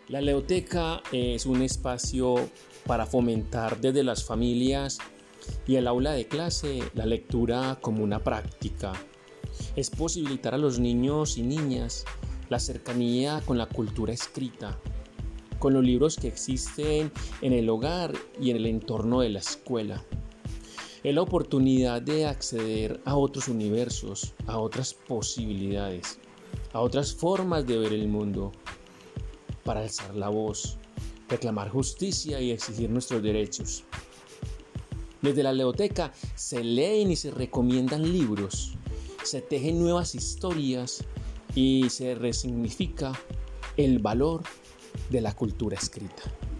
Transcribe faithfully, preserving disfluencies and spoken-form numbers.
La Leoteca es un espacio para fomentar desde las familias y el aula de clase la lectura como una práctica. Es posibilitar a los niños y niñas la cercanía con la cultura escrita, con los libros que existen en el hogar y en el entorno de la escuela. Es la oportunidad de acceder a otros universos, a otras posibilidades, a otras formas de ver el mundo, para alzar la voz, reclamar justicia y exigir nuestros derechos. Desde la Leoteca se leen y se recomiendan libros, se tejen nuevas historias y se resignifica el valor de la cultura escrita.